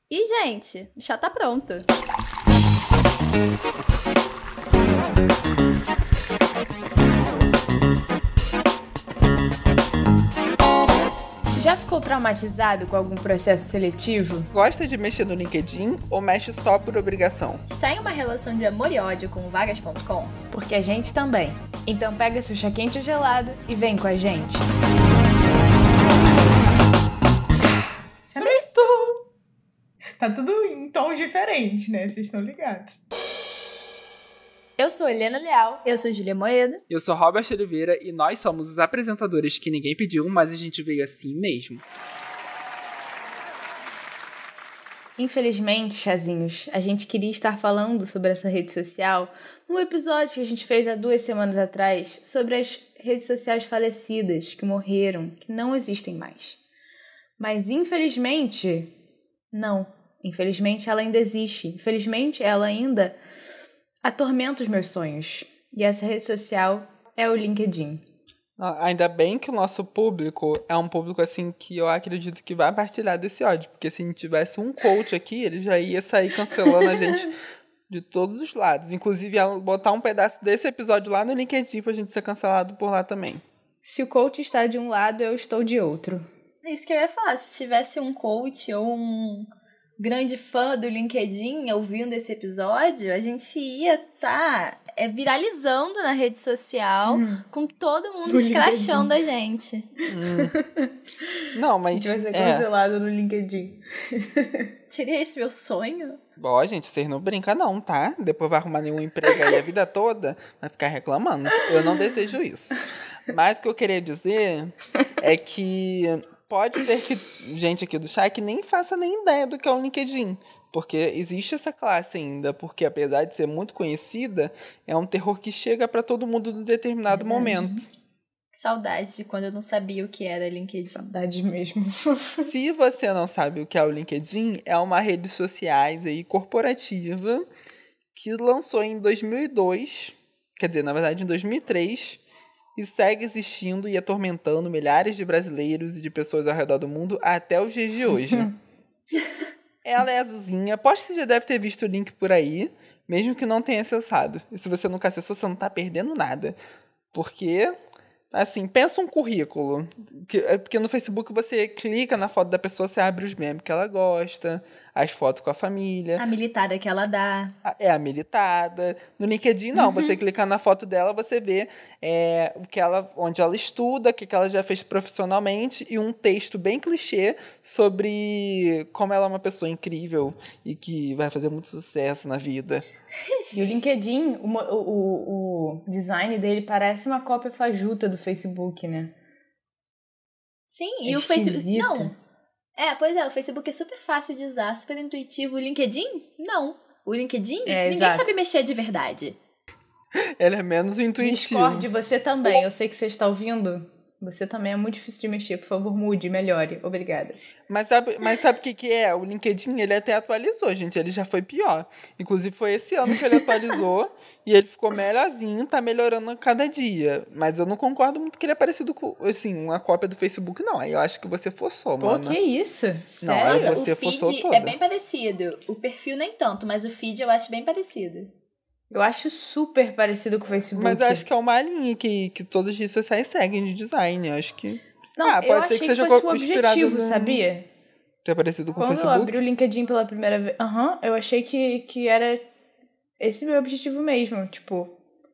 E, gente, o chá tá pronto. Já ficou traumatizado com algum processo seletivo? Gosta de mexer no LinkedIn ou mexe só por obrigação? Está em uma relação de amor e ódio com vagas.com? Porque a gente também. Então pega seu chá quente ou gelado e vem com a gente. Sextou! Tá tudo em tons diferentes, né? Vocês estão ligados. Eu sou Helena Leal. Eu sou Júlia Moeda. Eu sou Robert Oliveira e nós somos os apresentadores que ninguém pediu, mas a gente veio assim mesmo. Infelizmente, chazinhos, a gente queria estar falando sobre essa rede social num episódio que a gente fez há 2 semanas atrás sobre as redes sociais falecidas, que morreram, que não existem mais. Mas infelizmente, não. Infelizmente ela ainda existe. Infelizmente ela ainda atormenta os meus sonhos. E essa rede social é o LinkedIn. Ainda bem que o nosso público é um público assim que eu acredito que vai partilhar desse ódio. Porque se tivesse um coach aqui, ele já ia sair cancelando a gente de todos os lados. Inclusive, ia botar um pedaço desse episódio lá no LinkedIn pra gente ser cancelado por lá também. Se o coach está de um lado, eu estou de outro. Isso que eu ia falar, se tivesse um coach ou um grande fã do LinkedIn ouvindo esse episódio, a gente ia estar viralizando na rede social com todo mundo escrachando a gente. Não, mas... A gente vai ser cancelado no LinkedIn. Seria esse meu sonho? Ó, gente, vocês não brincam não, tá? Depois vai arrumar nenhum emprego aí a vida toda, vai ficar reclamando. Eu não desejo isso. Mas o que eu queria dizer é que pode ter gente aqui do chat que nem faça nem ideia do que é o LinkedIn. Porque existe essa classe ainda, porque apesar de ser muito conhecida, é um terror que chega para todo mundo em determinado momento. Que saudade de quando eu não sabia o que era LinkedIn. Saudade mesmo. Se você não sabe o que é o LinkedIn, é uma rede sociais aí corporativa que lançou em 2002, quer dizer, na verdade em 2003, e segue existindo e atormentando milhares de brasileiros e de pessoas ao redor do mundo até os dias de hoje. Ela é azulzinha, aposto que você já deve ter visto o link por aí, mesmo que não tenha acessado. E se você nunca acessou, você não tá perdendo nada. Porque, assim, pensa um currículo. Porque no Facebook você clica na foto da pessoa, você abre os memes que ela gosta, as fotos com a família. A militada que ela dá. É a militada. No LinkedIn, não. Você clicar na foto dela, você vê o que ela, onde ela estuda, o que ela já fez profissionalmente e um texto bem clichê sobre como ela é uma pessoa incrível e que vai fazer muito sucesso na vida. E o LinkedIn, o design dele parece uma cópia fajuta do Facebook, né? Sim, É e o Facebook... esquisito. Não. Pois é, o Facebook é super fácil de usar, super intuitivo. O LinkedIn, não. O LinkedIn, ninguém exato. sabe mexer de verdade. Ele é menos intuitivo. Discord, você também. Eu sei que você está ouvindo. Você também é muito difícil de mexer. Por favor, mude, melhore. Obrigada. Mas sabe o que é? O LinkedIn, ele até atualizou, gente. Ele já foi pior. Inclusive, foi esse ano que ele atualizou e ele ficou melhorzinho, tá melhorando a cada dia. Mas eu não concordo muito que ele é parecido com, assim, uma cópia do Facebook, não. Aí eu acho que você forçou, mano. Pô, que isso? Não, aí Sério? você o feed forçou toda. é bem parecido. O perfil nem tanto, mas o feed eu acho bem parecido. Eu acho super parecido com o Facebook. Mas eu acho que é uma linha que todas as redes sociais seguem de design. Eu acho que... Não, pode eu ser achei que seja fosse o inspirado objetivo, sabia? Ter parecido com o Quando Facebook. eu abri o LinkedIn pela primeira vez... eu achei que era esse meu objetivo mesmo. Tipo...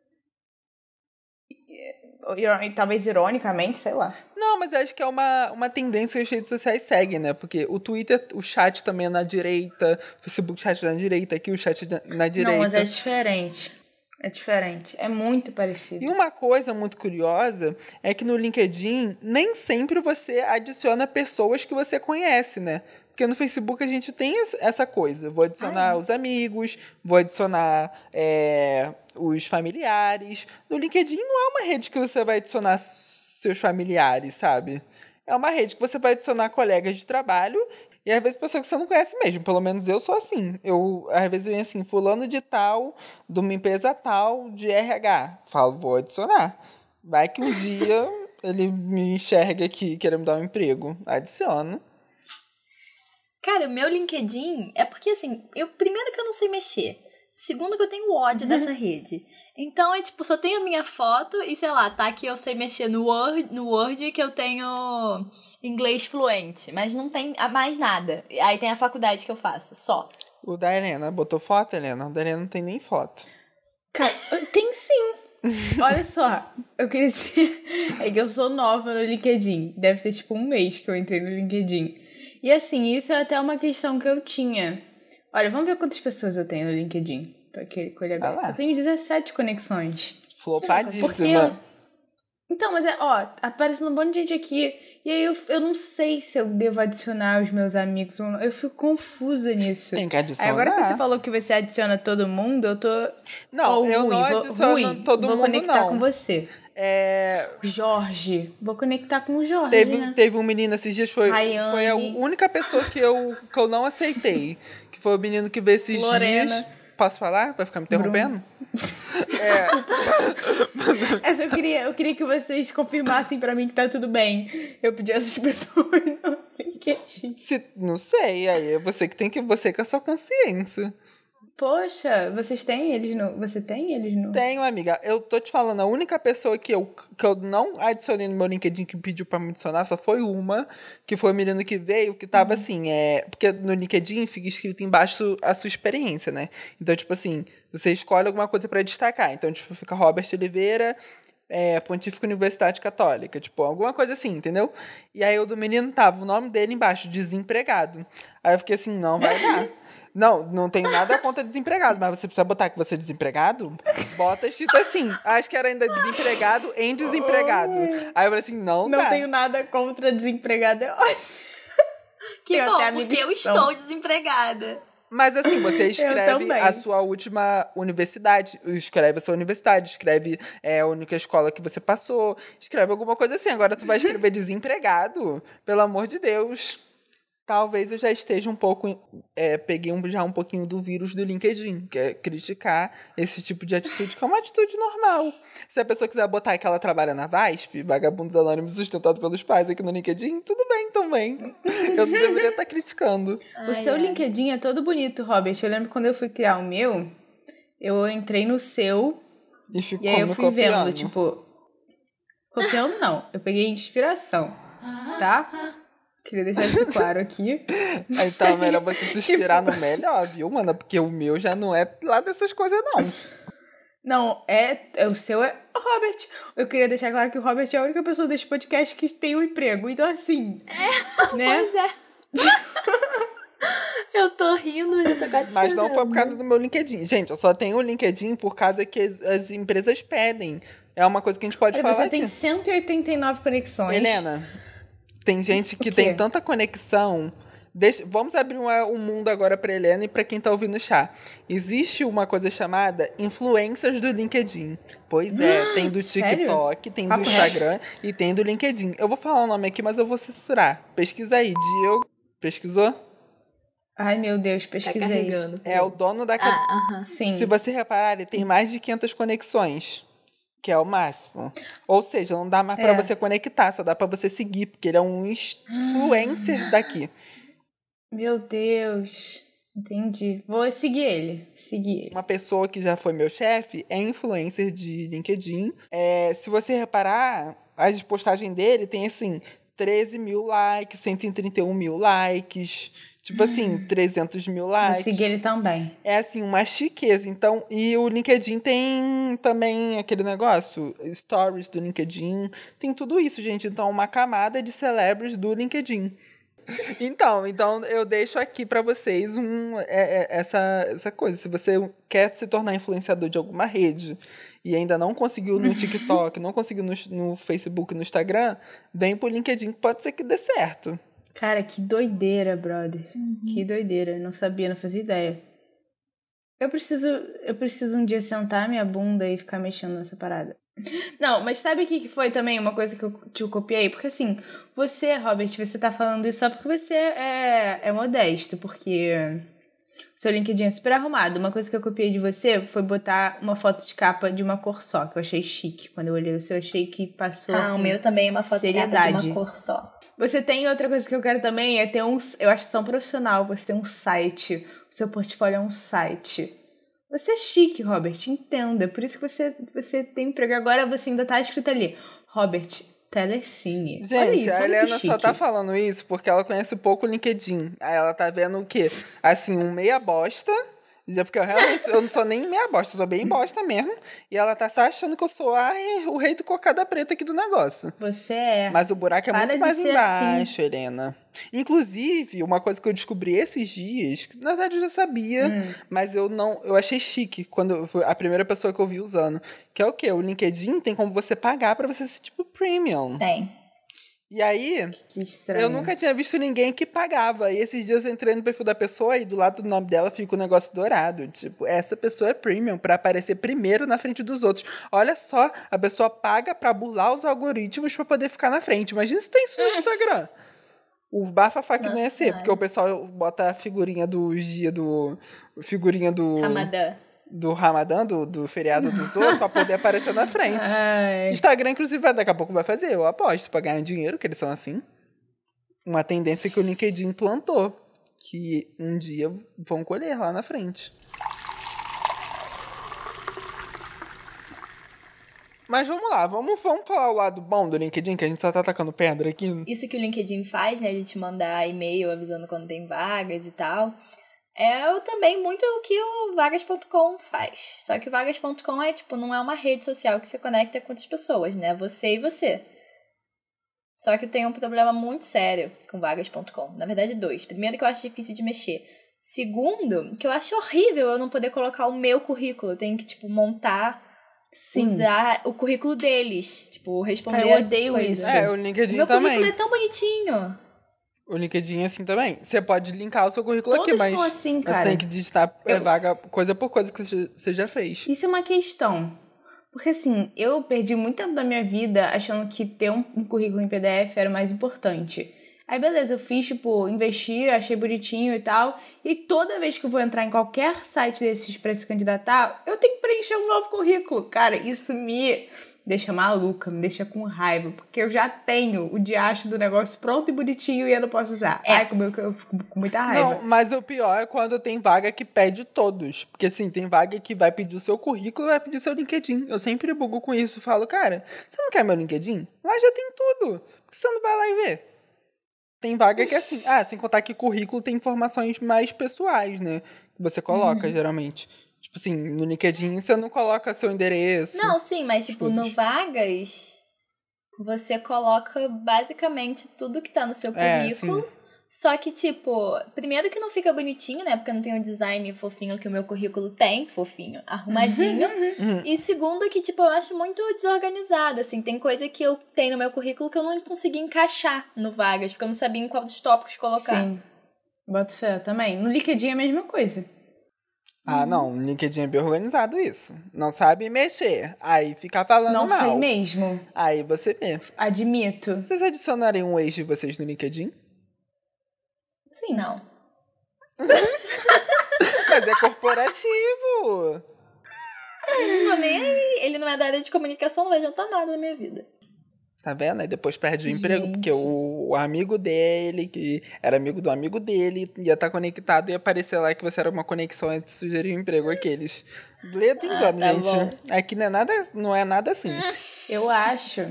E talvez ironicamente, sei lá. Não, mas eu acho que é uma tendência que as redes sociais seguem, né? Porque o Twitter, o chat também é na direita, o Facebook, o chat é na direita, aqui o chat é na direita. Não, mas é diferente. É diferente. É muito parecido. E uma coisa muito curiosa é que no LinkedIn nem sempre você adiciona pessoas que você conhece, né? Porque no Facebook a gente tem essa coisa. Vou adicionar os amigos, vou adicionar os familiares. No LinkedIn não é uma rede que você vai adicionar seus familiares, sabe? É uma rede que você vai adicionar colegas de trabalho e às vezes pessoas que você não conhece mesmo. Pelo menos eu sou assim. Eu, às vezes, venho assim, fulano de tal, de uma empresa tal, de RH. Falo, vou adicionar. Vai que um dia ele me enxerga aqui, querendo me dar um emprego. Adiciono. Cara, o meu LinkedIn é porque, assim, primeiro que eu não sei mexer. Segundo que eu tenho ódio dessa rede. Então, é tipo, só tenho a minha foto e, sei lá, tá que eu sei mexer no Word que eu tenho inglês fluente. Mas não tem mais nada. Aí tem a faculdade que eu faço, só. O da Helena, botou foto, Helena? O da Helena não tem nem foto. Cara, tem sim. Olha só, eu queria dizer... É que eu sou nova no LinkedIn. Deve ter tipo 1 mês que eu entrei no LinkedIn. E assim, isso é até uma questão que eu tinha. Olha, vamos ver quantas pessoas eu tenho no LinkedIn. Tô aqui com ele aberto. Eu tenho 17 conexões. Flopadíssima. Então, mas aparecendo um monte de gente aqui. E aí eu não sei se eu devo adicionar os meus amigos ou não. Eu fico confusa nisso. Tem que adicionar. Aí agora que você falou que você adiciona todo mundo, eu tô... Não, eu não adiciono todo mundo, não. Vou conectar com você. Jorge. Vou conectar com o Jorge, Teve um menino esses dias, foi a única pessoa que eu não aceitei. Que foi o menino que veio esses dias. Posso falar? Vai ficar me interrompendo? Eu queria que vocês confirmassem pra mim que tá tudo bem. Eu pedi essas pessoas no LinkedIn. Não sei, aí é você com a sua consciência. Poxa, vocês têm eles no... Você tem eles no... Tenho, amiga. Eu tô te falando, a única pessoa que eu não adicionei no meu LinkedIn que pediu pra me adicionar só foi uma, que foi o menino que veio, que tava assim, porque no LinkedIn fica escrito embaixo a sua experiência, né? Então, tipo assim, você escolhe alguma coisa pra destacar. Então, tipo, fica Robert Oliveira, Pontífica Universidade Católica, tipo, alguma coisa assim, entendeu? E aí o do menino tava o nome dele embaixo, desempregado. Aí eu fiquei assim, não vai dar. Não tenho nada contra desempregado, mas você precisa botar que você é desempregado? Bota escrito assim. Acho que era ainda desempregado em desempregado. Aí eu falei assim, não dá. Não tenho nada contra desempregado, é ótimo. Que bom, porque eu estou desempregada. Mas assim, você escreve a sua última universidade, escreve a sua universidade, escreve a única escola que você passou, escreve alguma coisa assim. Agora tu vai escrever desempregado? Pelo amor de Deus. Talvez eu já esteja um pouco... peguei já um pouquinho do vírus do LinkedIn, que é criticar esse tipo de atitude, que é uma atitude normal. Se a pessoa quiser botar que ela trabalha na VASP, Vagabundos Anônimos Sustentado pelos Pais aqui no LinkedIn, tudo bem também. Eu não deveria estar criticando. O seu LinkedIn é todo bonito, Robert. Eu lembro quando eu fui criar o meu, eu entrei no seu e aí eu fui vendo, tipo... Copiando não, eu peguei inspiração, tá? Queria deixar isso claro aqui. Então é melhor você se inspirar no melhor, viu, mana? Porque o meu já não é lá dessas coisas, não. Não, o seu é o Robert. Eu queria deixar claro que o Robert é a única pessoa desse podcast que tem um emprego. Então, assim... né? Pois é. Eu tô rindo, mas eu tô quase Mas não foi por causa do meu LinkedIn. Gente, eu só tenho o LinkedIn por causa que as empresas pedem. É uma coisa que a gente pode falar você aqui. Tem 189 conexões. Helena... Tem gente que tem tanta conexão. Vamos abrir um mundo agora para Helena e para quem tá ouvindo o chá. Existe uma coisa chamada influencers do LinkedIn. Pois tem do TikTok, sério? tem do Instagram e tem do LinkedIn. Eu vou falar o nome aqui, mas eu vou censurar. Pesquisa aí. Diego, pesquisou? Ai, meu Deus, pesquisei. É o dono da... Sim. Se você reparar, ele tem mais de 500 conexões. Que é o máximo. Ou seja, não dá mais pra você conectar, só dá pra você seguir, porque ele é um influencer daqui. Meu Deus. Entendi. Vou seguir ele. Uma pessoa que já foi meu chefe é influencer de LinkedIn. Se você reparar, as postagens dele tem assim, 13 mil likes, 131 mil likes... Tipo assim, 300 mil likes. Vou seguir ele também. É assim, uma chiqueza. Então, e o LinkedIn tem também aquele negócio, stories do LinkedIn. Tem tudo isso, gente. Então, uma camada de celebrities do LinkedIn. Então eu deixo aqui pra vocês essa coisa. Se você quer se tornar influenciador de alguma rede e ainda não conseguiu no TikTok, não conseguiu no Facebook, no Instagram, vem pro LinkedIn que pode ser que dê certo. Cara, que doideira, brother. Que doideira. Não sabia, não fazia ideia. Eu preciso um dia sentar minha bunda e ficar mexendo nessa parada. Não, mas sabe o que foi também uma coisa que eu te copiei? Porque assim, você, Robert, você tá falando isso só porque você é modesto, porque o seu LinkedIn é super arrumado. Uma coisa que eu copiei de você foi botar uma foto de capa de uma cor só, que eu achei chique. Quando eu olhei o seu, eu achei que passou assim, o meu também é uma foto de capa de uma cor só. Você tem outra coisa que eu quero também, é ter eu acho tão profissional, você tem um site, o seu portfólio é um site. Você é chique, Robert, entenda. Por isso que você tem emprego. Agora você ainda tá escrito ali, Robert Telecine. Olha Gente, isso, a olha que Helena só chique. tá falando isso porque ela conhece pouco o LinkedIn. Aí ela tá vendo o quê? Assim, um meia bosta. Porque eu não sou nem meia bosta, eu sou bem bosta mesmo. E ela tá só achando que eu sou o rei do cocada preta aqui do negócio. Você é. Mas o buraco é Para muito de mais ser embaixo, assim. Helena. Inclusive, uma coisa que eu descobri esses dias, que na verdade eu já sabia, mas eu achei chique quando foi a primeira pessoa que eu vi usando, que é o quê? O LinkedIn tem como você pagar pra você ser tipo premium. Tem. E aí, Que estranho. eu nunca tinha visto ninguém que pagava. E esses dias eu entrei no perfil da pessoa e do lado do nome dela fica um negócio dourado. Tipo, essa pessoa é premium pra aparecer primeiro na frente dos outros. Olha só, a pessoa paga pra bular os algoritmos pra poder ficar na frente. Imagina se tem isso no Instagram. O bafafá que não ia ser, porque o pessoal bota a figurinha dos dias do... Figurinha do... Ramadã. Do Ramadã, do feriado dos outros, pra poder aparecer na frente. Ai. Instagram, inclusive, daqui a pouco vai fazer, eu aposto, pra ganhar dinheiro, que eles são assim. Uma tendência que o LinkedIn plantou, que um dia vão colher lá na frente. Mas vamos lá, vamos falar o lado bom do LinkedIn, que a gente só tá atacando pedra aqui. Isso que o LinkedIn faz, né, de te mandar e-mail avisando quando tem vagas e tal, é também muito o que o vagas.com faz. Só que o vagas.com não é uma rede social que você conecta com outras pessoas, né? Você e você. Só que tem um problema muito sério com vagas.com. Na verdade, 2. Primeiro, que eu acho difícil de mexer. Segundo, que eu acho horrível eu não poder colocar o meu currículo. Eu tenho que, montar, usar o currículo deles. Responder. Eu odeio coisa. isso. O LinkedIn Meu também. currículo é tão bonitinho. O LinkedIn é assim também. Você pode linkar o seu currículo Todos aqui, mas são assim, você cara. tem que digitar vaga coisa por coisa que você já fez. Isso é uma questão. Porque, assim, eu perdi muito tempo da minha vida achando que ter um currículo em PDF era o mais importante. Aí, beleza, eu fiz, investi, achei bonitinho e tal. E toda vez que eu vou entrar em qualquer site desses pra se candidatar, eu tenho que preencher um novo currículo. Cara, isso me deixa maluca, me deixa com raiva. Porque eu já tenho o diacho do negócio pronto e bonitinho e eu não posso usar. Ai, como eu fico com muita raiva. Não, mas o pior é quando tem vaga que pede todos. Porque, assim, tem vaga que vai pedir o seu currículo e vai pedir seu LinkedIn. Eu sempre bugo com isso. Falo, cara, você não quer meu LinkedIn? Lá já tem tudo. Por que você não vai lá e vê? Tem vaga que é assim. Sem contar que currículo tem informações mais pessoais, né? Que você coloca, geralmente. Tipo assim, no LinkedIn você não coloca seu endereço. Não, sim, mas coisas. no Vagas, você coloca basicamente tudo que tá no seu currículo. Sim. Só que, primeiro que não fica bonitinho, né? Porque não tem o design fofinho que o meu currículo tem, fofinho, arrumadinho. E segundo que, eu acho muito desorganizado, assim. Tem coisa que eu tenho no meu currículo que eu não consegui encaixar no Vagas, porque eu não sabia em qual dos tópicos colocar. Sim, boto fé também. No LinkedIn é a mesma coisa. Não, no LinkedIn é bem organizado isso. Não sabe mexer. Aí fica falando Não mal. sei mesmo. Aí você vê. Admito. Vocês adicionariam um ex de vocês no LinkedIn? Sim. Não. Mas é corporativo. Não tô nem aí. Ele não é da área de comunicação, não vai adiantar nada na minha vida. Tá vendo? Aí depois perde o emprego, Gente. porque o amigo dele, que era amigo do amigo dele, ia estar conectado e ia aparecer lá que você era uma conexão antes de sugerir um emprego aqueles. Ledo engano, tá gente. bom. Aqui não é nada assim. Eu acho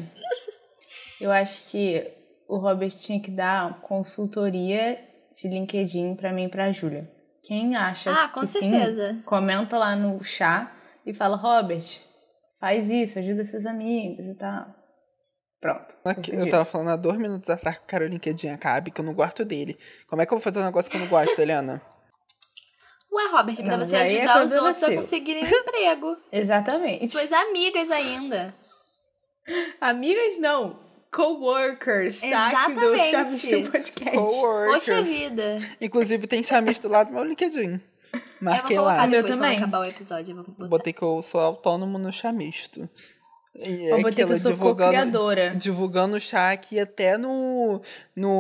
que o Robert tinha que dar consultoria de LinkedIn pra mim e pra Júlia. Quem acha com que certeza. sim, comenta lá no chat e fala, Robert, faz isso, ajuda seus amigos e tal. Pronto. Eu tava falando há 2 minutos atrás que o cara o LinkedIn acabe, que eu não gosto dele. Como é que eu vou fazer um negócio que eu não gosto, Eliana? Ué, Robert, pra Não, você mas aí é ajudar os problema outros a seu. conseguirem um emprego. Exatamente. Suas amigas ainda. Amigas não, coworkers, tá? Aqui do Exatamente. Chaves do Podcast. Coworkers. Poxa vida. Inclusive tem chamis do lado do meu LinkedIn. Marquei eu vou colocar lá. meu depois, quando também. acabar o episódio. Eu vou botar. Botei que eu sou autônomo no chamisto. E Eu botei que eu sou co-criadora. Divulgando o chá aqui até no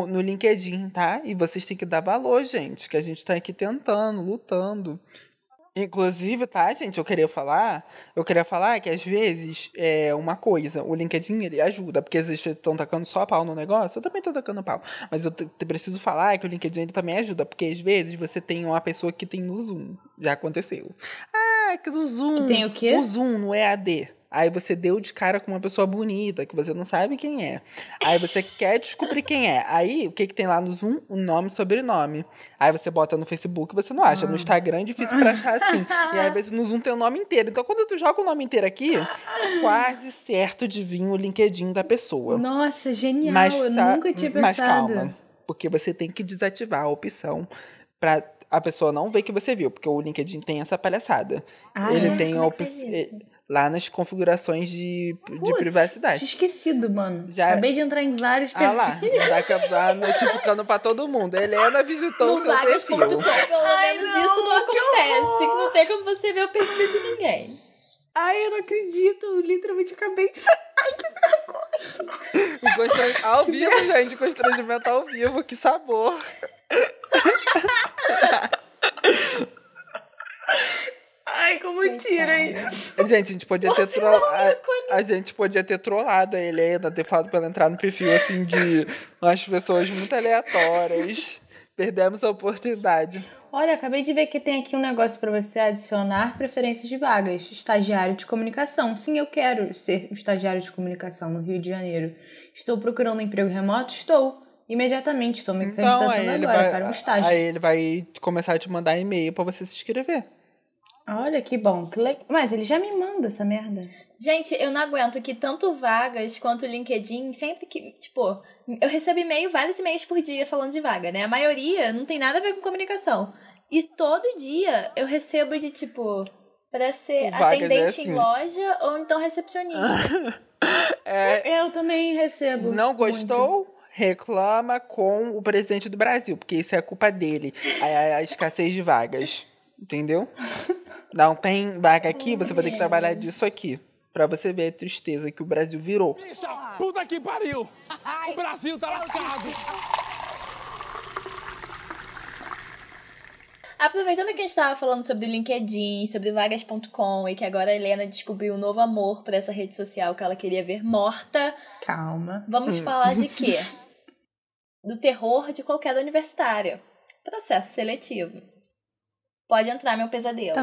LinkedIn, tá? E vocês têm que dar valor, gente. Que a gente tá aqui tentando, lutando. Inclusive, tá, gente, eu queria falar que às vezes uma coisa, o LinkedIn ele ajuda, porque às vezes vocês estão tacando só pau no negócio, eu também tô tacando pau, mas eu preciso falar que o LinkedIn ele também ajuda, porque às vezes você tem uma pessoa que tem no Zoom, já aconteceu. Ah, que no Zoom. Que tem o quê? O Zoom no EAD. Aí você deu de cara com uma pessoa bonita, que você não sabe quem é. Aí você quer descobrir quem é. Aí, o que tem lá no Zoom? O nome e sobrenome. Aí você bota no Facebook e você não acha. No Instagram é difícil pra achar assim. E aí, às vezes, no Zoom tem o nome inteiro. Então, quando tu joga o nome inteiro aqui, quase certo de vir o LinkedIn da pessoa. Nossa, genial. Mas, eu nunca tinha pensado. Mas calma, porque você tem que desativar a opção pra a pessoa não ver que você viu. Porque o LinkedIn tem essa palhaçada. Ele tem a opção... lá nas configurações de privacidade. Tinha esquecido, mano. Acabei de entrar em vários perfis. Lá, notificando pra todo mundo. Helena visitou o seu perfil. Pelo menos isso não acontece. Não tem como você ver o perfil de ninguém. Ai, eu não acredito. Eu literalmente acabei de... Ai, que vergonha. Ao vivo, gente. Constrangimento ao vivo. Que sabor. Ai, como tira isso? Gente, a gente podia ter trollado a Helena, ter falado pra ela entrar no perfil, assim, de umas pessoas muito aleatórias. Perdemos a oportunidade. Olha, acabei de ver que tem aqui um negócio pra você adicionar preferências de vagas. Estagiário de comunicação. Sim, eu quero ser um estagiário de comunicação no Rio de Janeiro. Estou procurando um emprego remoto? Estou. Imediatamente, estou me candidatando agora para um estágio. Aí ele vai começar a te mandar e-mail pra você se inscrever. Olha, que bom. Mas ele já me manda essa merda. Gente, eu não aguento que tanto vagas quanto o LinkedIn, sempre que, tipo, eu recebo vários e-mails por dia falando de vaga, né? A maioria não tem nada a ver com comunicação. E todo dia eu recebo de, tipo, pra ser vagas atendente em loja ou então recepcionista. Eu também recebo. Não gostou? Muito. Reclama com o presidente do Brasil, porque isso é a culpa dele. A escassez de vagas. Entendeu? Não tem vaga aqui, você vai ter que trabalhar disso aqui. Pra você ver a tristeza que o Brasil virou. Bicha, puta que pariu! O Brasil tá lascado! Aproveitando que a gente tava falando sobre o LinkedIn, sobre vagas.com e que agora a Helena descobriu um novo amor por essa rede social que ela queria ver morta. Calma. Vamos falar de quê? Do terror de qualquer universitário. Processo seletivo. Pode entrar, meu pesadelo.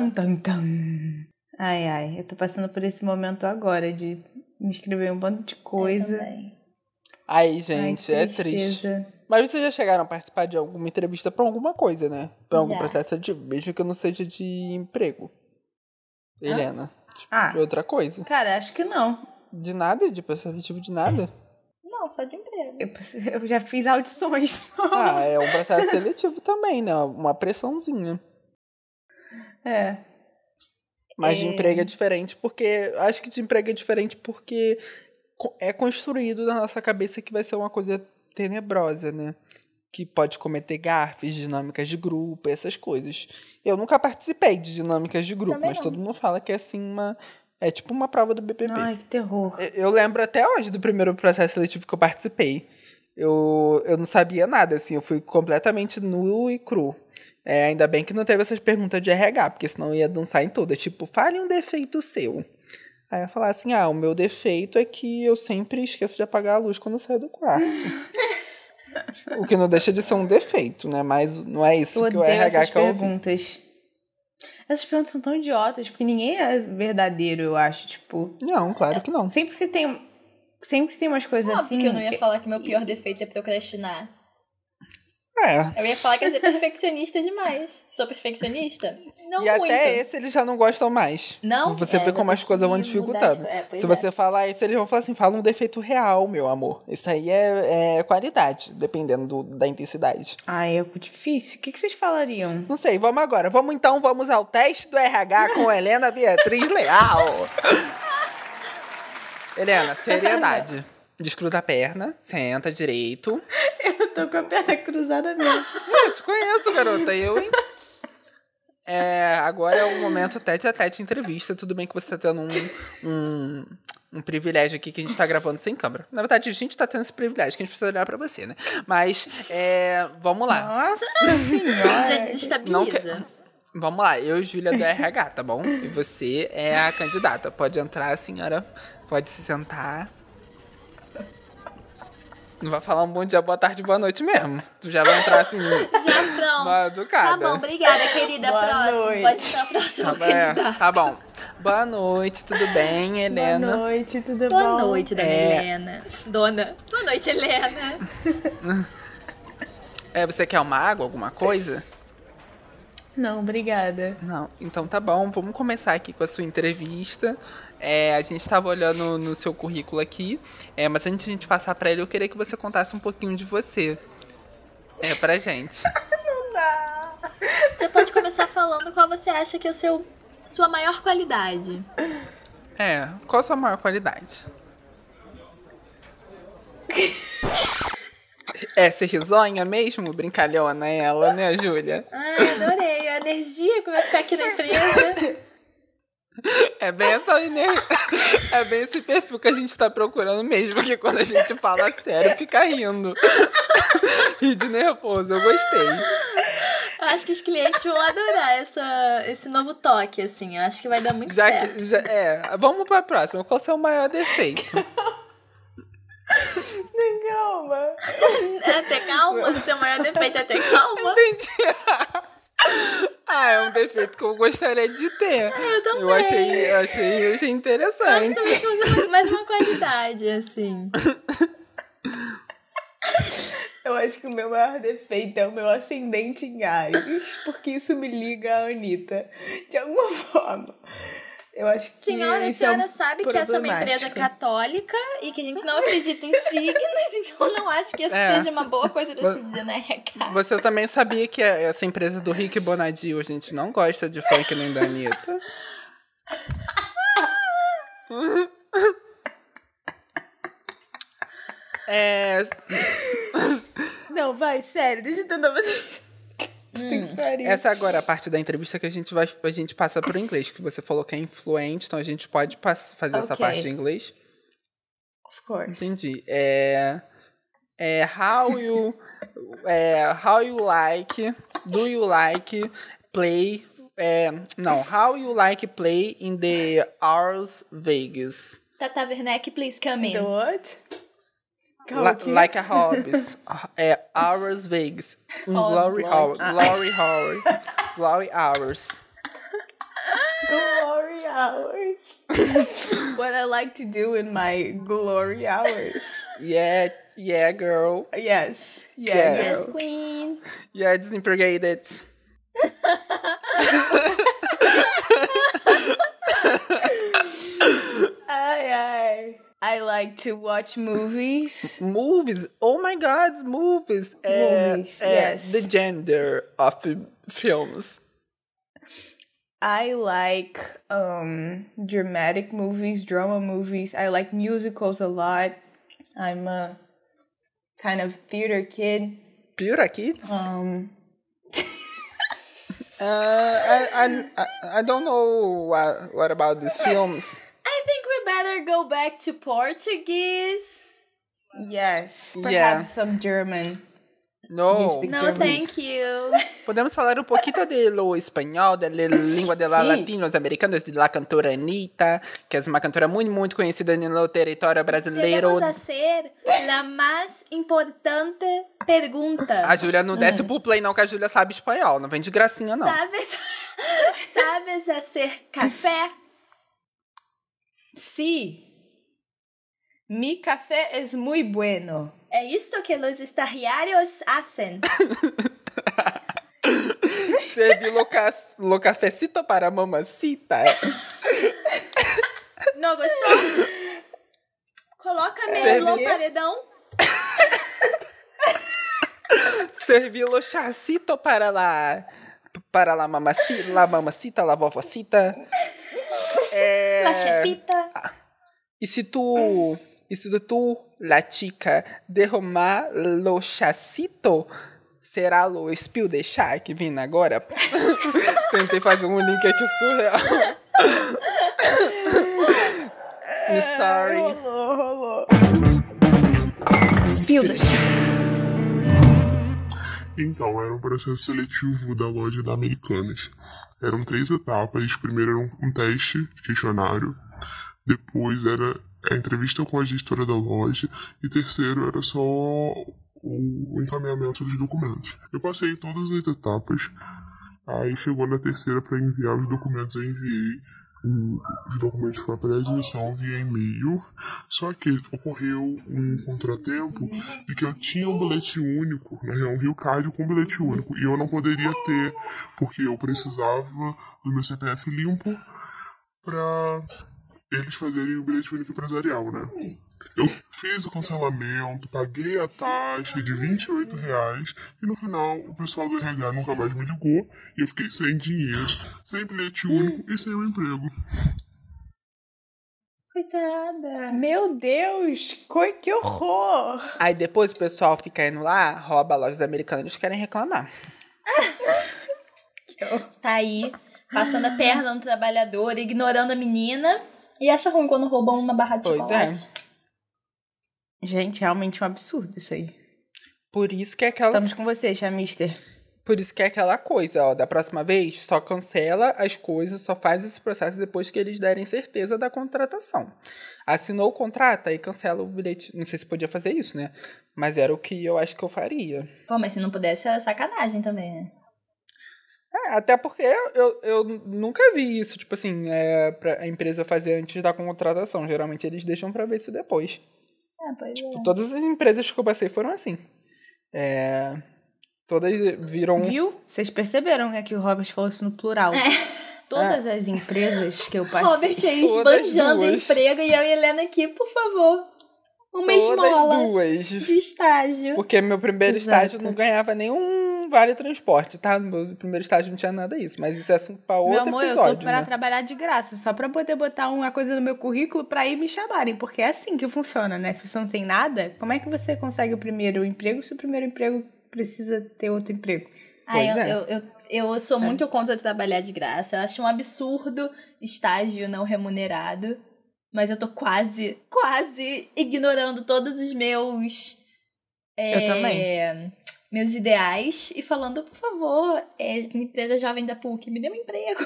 Ai, eu tô passando por esse momento agora de me inscrever em um bando de coisa. Eu também. Aí, gente, é triste. Mas vocês já chegaram a participar de alguma entrevista pra alguma coisa, né? Pra algum processo seletivo, mesmo que não seja de emprego. Helena. De outra coisa. Cara, acho que não. De nada? De processo seletivo de nada? Não, só de emprego. Eu já fiz audições. É um processo seletivo também, né? Uma pressãozinha. Mas de emprego é diferente porque... Acho que de emprego é diferente porque é construído na nossa cabeça que vai ser uma coisa tenebrosa, né? Que pode cometer gafes, dinâmicas de grupo, essas coisas. Eu nunca participei de dinâmicas de grupo, mas todo mundo fala que é assim uma... É tipo uma prova do BPP. Ai, que terror. Eu lembro até hoje do primeiro processo seletivo que eu participei. Eu não sabia nada, assim, eu fui completamente nu e cru. Ainda bem que não teve essas perguntas de RH, porque senão eu ia dançar em todas. Tipo, fale um defeito seu. Aí eu ia falar assim, o meu defeito é que eu sempre esqueço de apagar a luz quando eu saio do quarto. O que não deixa de ser um defeito, né? Mas não é isso que o RH quer ouvir. Essas perguntas são tão idiotas, porque ninguém é verdadeiro, eu acho, tipo... Não, claro que não. Sempre tem umas coisas assim... Porque eu não ia falar que meu pior defeito é procrastinar. É. Eu ia falar que ia ser perfeccionista demais. Sou perfeccionista? Não e muito. Até esse eles já não gostam mais. Não? Você vê como as coisas vão dificultando. Se você falar isso, eles vão falar assim, fala um defeito real, meu amor. Isso aí é qualidade, dependendo da intensidade. Ai, é difícil. O que vocês falariam? Não sei, vamos agora. Vamos ao teste do RH com Helena Beatriz Leal. Helena, seriedade. Descruza a perna, senta direito. Eu tô com a perna cruzada mesmo. Eu te conheço, garota. Hein? Agora é o momento tete-a-tete entrevista. Tudo bem que você tá tendo um privilégio aqui que a gente tá gravando sem câmera. Na verdade, a gente tá tendo esse privilégio que a gente precisa olhar pra você, né? Mas, vamos lá. Nossa senhora. Já desestabiliza. Vamos lá, eu e Júlia do RH, tá bom? E você é a candidata. Pode entrar, senhora. Pode se sentar. Não vai falar um bom dia, boa tarde, boa noite mesmo. Tu já vai entrar assim. Já pronto. Mal educada. Tá bom, obrigada, querida. Boa próximo. noite. Pode ser a próxima candidata. Tá bom. Boa noite, tudo bem, Helena? Boa noite, tudo bom? Boa noite, dona Helena. Dona. Boa noite, Helena. Você quer uma água, alguma coisa? Não, obrigada. Não, então tá bom, vamos começar aqui com a sua entrevista. A gente tava olhando no seu currículo aqui, mas antes de a gente passar pra ele, eu queria que você contasse um pouquinho de você. Pra gente. Não dá. Você pode começar falando qual você acha que é sua maior qualidade. Qual a sua maior qualidade? Ser risonha mesmo? Brincalhona ela, né, Júlia? Ai, adorei. A energia que vai ficar aqui na empresa. É bem é bem esse perfil que a gente tá procurando mesmo, porque quando a gente fala sério, fica rindo. Ri de nervoso, eu gostei. Eu acho que os clientes vão adorar esse novo toque, assim. Eu acho que vai dar muito certo. Vamos pra próxima. Qual é o seu maior defeito? Calma. Ter calma. O seu maior defeito é ter calma. Entendi. É um defeito que eu gostaria de ter. Eu também. Eu achei interessante. Eu acho que também fosse mais uma qualidade, assim. Eu acho que o meu maior defeito é o meu ascendente em Áries, porque isso me liga à Anitta, de alguma forma. Eu acho que Senhora, a isso senhora é sabe que essa é uma empresa católica e que a gente não acredita em signos, então eu não acho que isso seja uma boa coisa de se dizer na RH. Você também sabia que essa empresa do Rick Bonadio, a gente não gosta de funk nem da Anitta? Não, vai, sério, deixa eu tentar fazer. Essa agora é a parte da entrevista que a gente passa pro inglês, que você falou que é influente, então a gente pode fazer essa parte em inglês. Of course. Entendi. How you like, do you like play, how you like play in the Ars Vegas? Tata Werneck, please come in. The what? Like a hobbies. Hours Vegas. Glory hours. Glory hours. Glory hours. Glory hours. What I like to do in my glory hours. Yeah, girl. Yes, Yes, girl. queen. Yeah, disempregated. I like to watch movies. Movies. Oh my God, movies. Movies, yes. The gender of films. I like dramatic movies, drama movies. I like musicals a lot. I'm a kind of theater kid. Pura Kids? I don't know what about these films. I think we better go back to Portuguese. Yes, perhaps some German. No. No, thank you. Podemos falar um pouquinho de lo espanhol, da língua de la latinos americanos, de la cantora Anitta, que é uma cantora muito, muito conhecida no território brasileiro. Podemos fazer a mais importante pergunta. A Júlia não desce pro play não, que a Júlia sabe espanhol, não vem de gracinha não. Sabes hacer café? Sí. Mi café es muy bueno. É isto que os estagiários hacen. Servi lo cafecito para mamacita. Não gostou? Coloca-me no paredão. Servi lo chacito para la mamacita, la vovocita. La chefita. E se tu, la chica, derramar lo chacito, será lo spill de chá que vem agora? Tentei fazer um link aqui surreal. Sorry. Rolou. Spill the chá. Então, era um processo seletivo da loja da Americanas. Eram 3 etapas. Primeiro era um teste, questionário. Depois era a entrevista com a gestora da loja. E terceiro era só o encaminhamento dos documentos. Eu passei todas as etapas. Aí chegou na terceira para enviar os documentos. Eu enviei os documentos para pré-admissão via e-mail. Só que ocorreu um contratempo de que eu tinha um bilhete único, um Rio Card com bilhete único, e eu não poderia ter, porque eu precisava do meu CPF limpo para eles fazerem o bilhete único empresarial, né? Eu fiz o cancelamento, paguei a taxa de R$28 e no final o pessoal do RH nunca mais me ligou e eu fiquei sem dinheiro, sem bilhete único e sem o emprego. Coitada. Meu Deus, que horror! Aí depois o pessoal fica indo lá, rouba a loja da Americanas e eles querem reclamar. Tá aí, passando a perna no trabalhador, ignorando a menina e acha ruim quando roubam uma barra de Pois chocolate. Gente, realmente um absurdo isso aí. Por isso que é aquela... Estamos com você, Chamister. Por isso que é aquela coisa, ó, da próxima vez só cancela as coisas, só faz esse processo depois que eles derem certeza da contratação. Assinou o contrato, aí cancela o bilhete. Não sei se podia fazer isso, né? Mas era o que eu acho que eu faria. Pô, mas se não pudesse, era sacanagem também, né? Até porque eu nunca vi isso, tipo assim, pra a empresa fazer antes da contratação. Geralmente eles deixam pra ver isso depois. Pois é. Todas as empresas que eu passei foram assim. Todas viram... Viu? Vocês perceberam que aqui o Robert falou isso no plural. Todas as empresas que eu passei... Robert aí Todas esbanjando duas. emprego e eu e Helena aqui, por favor. Uma esmola duas. de estágio. Porque meu primeiro Exato. estágio não ganhava nenhum vale transporte, tá? No meu primeiro estágio não tinha nada disso. Mas isso é assunto pra outro Meu amor, episódio, eu tô pra né? trabalhar de graça, só pra poder botar uma coisa no meu currículo pra ir me chamarem, porque é assim que funciona, né? Se você não tem nada, como é que você consegue o primeiro emprego se o primeiro emprego precisa ter outro emprego? Eu sou muito contra trabalhar de graça. Eu acho um absurdo estágio não remunerado. Mas eu tô quase ignorando todos os meus... Eu também. Meus ideais e falando, por favor, empresa jovem da PUC, me dê um emprego.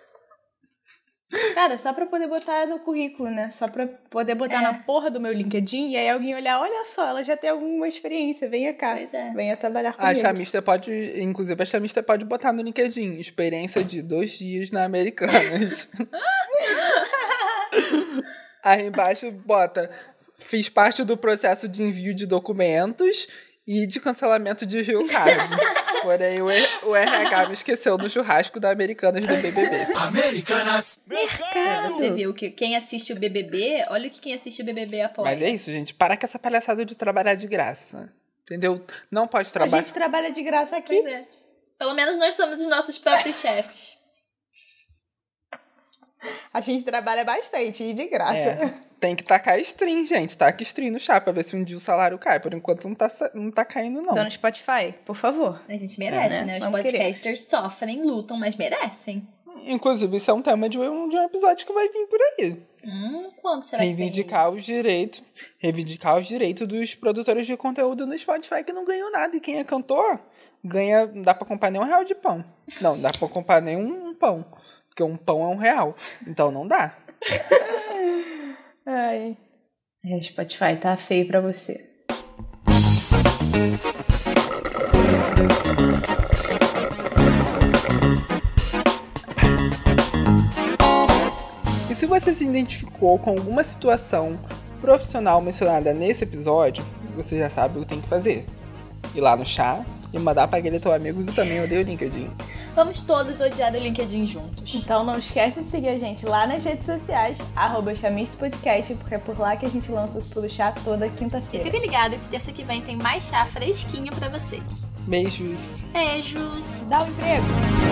Cara, só pra poder botar no currículo, né? Só pra poder botar na porra do meu LinkedIn e aí alguém olhar, olha só, ela já tem alguma experiência, venha cá. Pois é. Venha trabalhar A comigo. chamista pode... Inclusive, a chamista pode botar no LinkedIn. Experiência de 2 dias na Americanas. Aí embaixo bota... Fiz parte do processo de envio de documentos e de cancelamento de Rio Card. Porém, o RH me esqueceu no churrasco da Americanas do BBB. Americanas. Você viu que quem assiste o BBB, olha o que quem assiste o BBB apoia. Mas é isso, gente. Para com essa palhaçada de trabalhar de graça. Entendeu? Não pode A trabalhar... gente trabalha de graça aqui. Pois é. Pelo menos nós somos os nossos próprios chefes. A gente trabalha bastante e de graça. Tem que tacar stream, gente. Taca stream no chá pra ver se um dia o salário cai. Por enquanto não tá caindo, não. Então no Spotify, por favor. A gente merece, né? Os Vamos podcasters sofrem, lutam, mas merecem. Inclusive, isso é um tema de um episódio que vai vir por aí. Quando será que Reivindicar os direitos dos produtores de conteúdo no Spotify que não ganham nada. E quem é cantor, ganha... Não dá pra comprar nem R$1 de pão. Não dá pra comprar nem um pão. Porque um pão é R$1. Então não dá. Ai. Spotify tá feio pra você. E se você se identificou com alguma situação profissional mencionada nesse episódio, você já sabe o que tem que fazer. Ir lá no chá e mandar pra aquele teu amigo que também odeia o LinkedIn. Vamos todos odiar o LinkedIn juntos. Então não esquece de seguir a gente lá nas redes sociais, @chamistopodcast, porque é por lá que a gente lança os pulos chá toda E quinta-feira. fica ligado que terça que vem tem mais chá fresquinho pra você. Beijos. Beijos! Dá um emprego!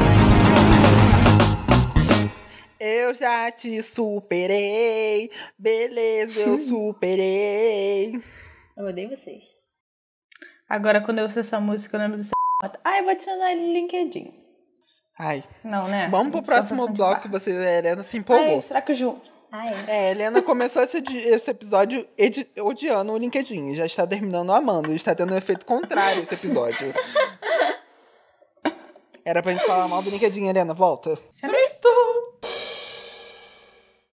Eu já te superei, beleza, eu superei. Eu odeio vocês. Agora quando eu ouço essa música eu lembro do eu vou adicionar ele no LinkedIn. Ai, Não, né? vamos pro Só próximo passando de bloco barco. que você, a Helena, se empolgou. Ai, será que junto? A Helena começou esse episódio odiando o LinkedIn. Já está terminando amando. Está tendo um efeito contrário esse episódio. Era pra gente falar mal do LinkedIn, Helena. Volta. Já estou.